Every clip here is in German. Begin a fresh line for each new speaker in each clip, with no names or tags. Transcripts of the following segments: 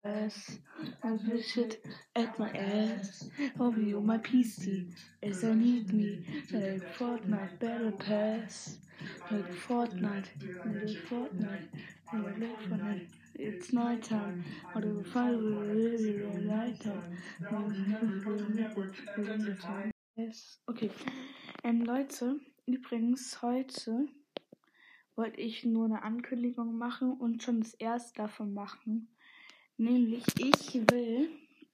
ass, I wish it at my ass. Over you, my PC, as I need me. Like Fortnite, better pass. Like Fortnite, it's night time. Or the fire will really light time. Yes, okay. Leute, übrigens, heute wollte ich nur eine Ankündigung machen und schon das erste davon machen. Nämlich, ich will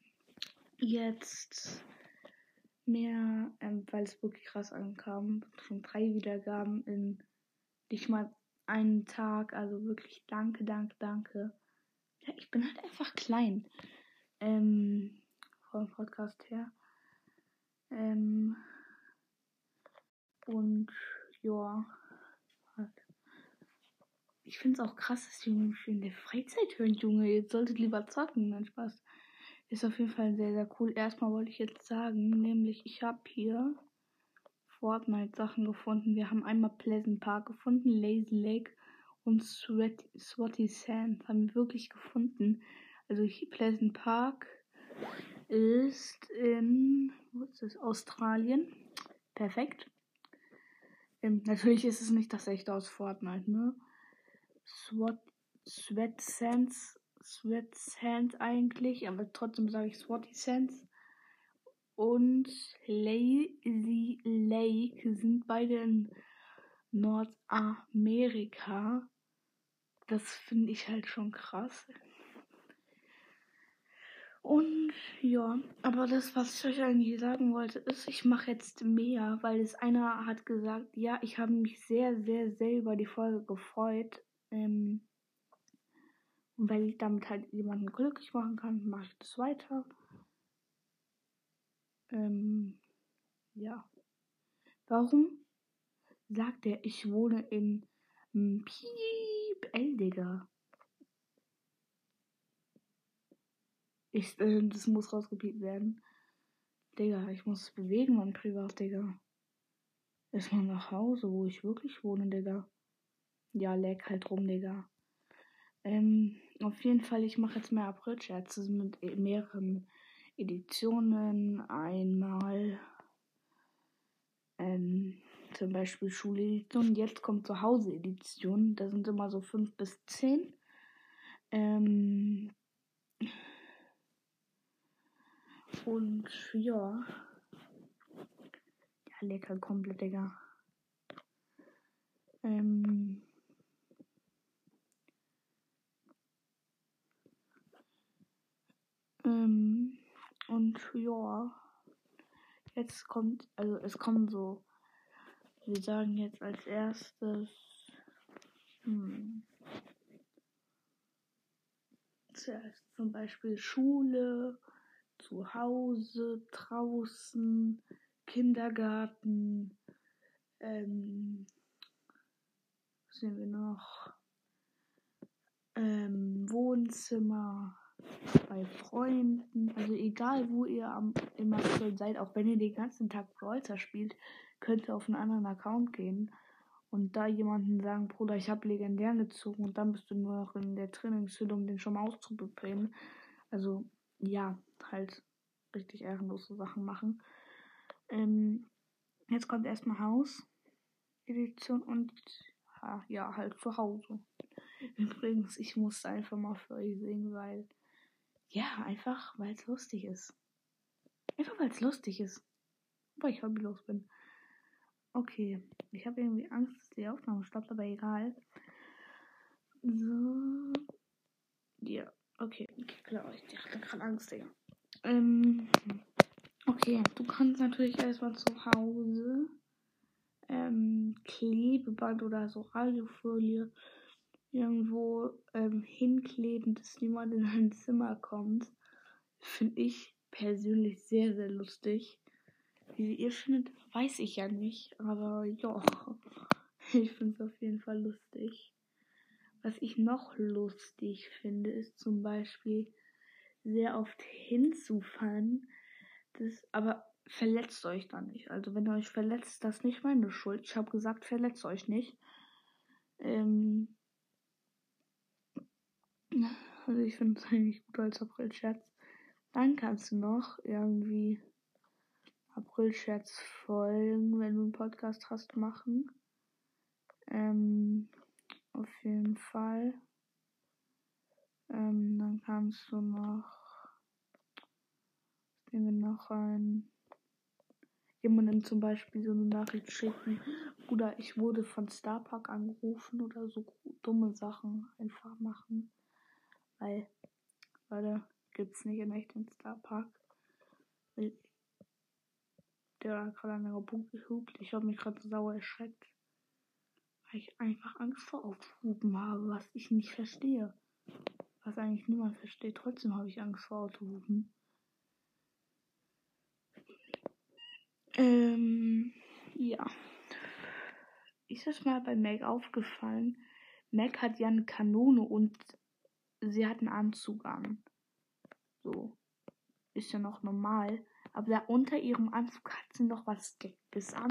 jetzt mehr, weil es wirklich krass ankam, schon 3 Wiedergaben in nicht mal einen Tag. Also wirklich danke. Ja, ich bin halt einfach klein. Vom Podcast her. Und ja, halt. Ich finde es auch krass, dass die mich in der Freizeit hören, Junge. Jetzt solltet lieber zocken. Nein, Spaß. Ist auf jeden Fall sehr, sehr cool. Erstmal wollte ich jetzt sagen, nämlich ich habe hier Fortnite-Sachen gefunden. Wir haben einmal Pleasant Park gefunden, Lazy Lake und Swatty Sands haben wir wirklich gefunden. Also hier Pleasant Park ist in Australien. Perfekt. Natürlich ist es nicht das echte aus Fortnite, ne? Sweat Sands eigentlich, aber trotzdem sage ich Swatty Sands. Und Lazy Lake sind beide in Nordamerika. Das finde ich halt schon krass. Und ja, aber das, was ich euch eigentlich sagen wollte, ist, ich mache jetzt mehr, weil es einer hat gesagt, ja, ich habe mich sehr, sehr, sehr über die Folge gefreut. Und weil ich damit halt jemanden glücklich machen kann, mache ich das weiter. Ja. Warum sagt er, ich wohne in Piep, Digga? Das muss rausgepiept werden. Digga, ich muss bewegen, mein Privat, Digga. Ist mal nach Hause, wo ich wirklich wohne, Digga. Ja, leck halt rum, Digga. Auf jeden Fall, ich mache jetzt mehr Aprilscherze mit mehreren Editionen. Einmal zum Beispiel Schuledition. Jetzt kommt Zuhause-Edition. Da sind immer so 5 bis 10. Und ja. Ja, lecker komplett, Digga. Und ja. Jetzt kommt, also es kommen so, wir sagen jetzt als erstes, zuerst zum Beispiel Schule, zu Hause, draußen, Kindergarten, was sehen wir noch? Wohnzimmer, bei Freunden, also egal wo ihr im April seid, auch wenn ihr den ganzen Tag Brawler spielt, könnt ihr auf einen anderen Account gehen und da jemanden sagen, Bruder, ich habe legendären gezogen und dann bist du nur noch in der Trainingshülle, um den schon mal auszuprobieren. Also ja, halt richtig ehrenlose Sachen machen. Jetzt kommt erstmal Haus-Edition und ja, halt zu Hause. Übrigens, ich musste einfach mal für euch singen, weil einfach, weil es lustig ist. Einfach, weil es lustig ist. Weil ich hobbylos bin. Okay, ich habe irgendwie Angst, dass die Aufnahme stoppt, aber egal. So. Ja, okay, klar, ich hatte gerade Angst, Digga. Okay, du kannst natürlich erstmal zu Hause Klebeband oder so Radiofolie irgendwo hinkleben, dass niemand in ein Zimmer kommt. Finde ich persönlich sehr, sehr lustig. Wie ihr findet, weiß ich ja nicht. Aber ja, ich finde es auf jeden Fall lustig. Was ich noch lustig finde, ist zum Beispiel sehr oft hinzufahren. Aber verletzt euch dann nicht. Also wenn ihr euch verletzt, das ist nicht meine Schuld. Ich habe gesagt, verletzt euch nicht. Also ich finde es eigentlich gut als April-Scherz. Dann kannst du noch irgendwie April-Scherz-Folgen, wenn du einen Podcast hast, machen. Auf jeden Fall. Dann kannst du noch jemandem zum Beispiel so eine Nachricht schicken. Oder ich wurde von Starpark angerufen oder so dumme Sachen einfach machen. Weil, Leute, gibt's nicht in echt den Starpark. Der hat gerade an der Punkt gehupt. Ich habe mich gerade so sauer erschreckt. Weil ich einfach Angst vor Autohupen habe, was ich nicht verstehe. Was eigentlich niemand versteht. Trotzdem habe ich Angst vor Autohupen. Ja. Ist das mal bei Meg aufgefallen? Meg hat ja eine Kanone und sie hat einen Anzug an. So. Ist ja noch normal. Aber da unter ihrem Anzug hat sie noch was Gelbes an.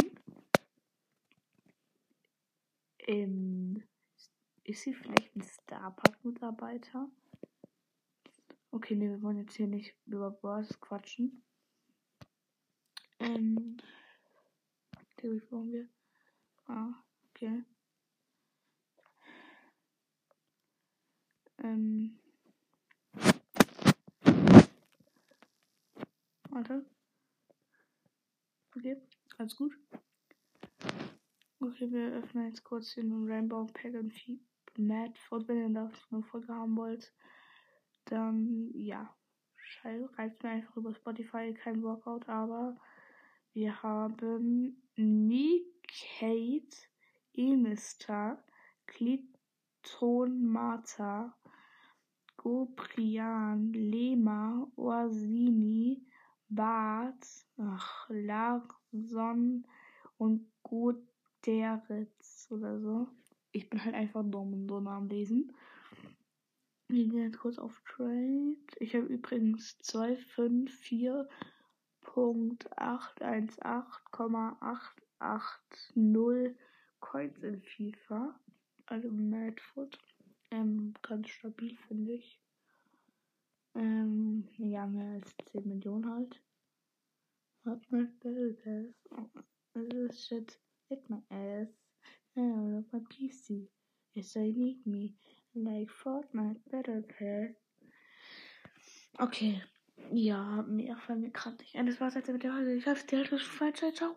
Ist sie vielleicht ein Starpark-Mitarbeiter? Okay, nee, wir wollen jetzt hier nicht über Bros quatschen. Wie wollen wir? Okay. Warte. Okay, alles gut. Okay, wir öffnen jetzt kurz den Rainbow Pack und Mad Food, wenn ihr davon eine Folge haben wollt. Dann, ja. Reicht mir einfach über Spotify, kein Workout, aber wir haben Nikate, Emista, Kliton Martha, Goprian, Lema, Orsini, Bart, Larson und Guterres oder so. Ich bin halt einfach dumm und so am Lesen. Wir gehen jetzt kurz auf Trade. Ich habe übrigens 254.818,880 Coins in FIFA. Also Madfoot. Ganz stabil, finde ich. Ja, mehr als 10 Millionen halt. Fortnite Battle Pass. This shit hit my ass. Out of my PC. Yes, I need me. Like Fortnite Battle Pass. Okay. Ja, mehr fallen mir gerade nicht ein. Das war's jetzt mit der Folge. Ich hoffe, dir hat es gefallen. Ciao.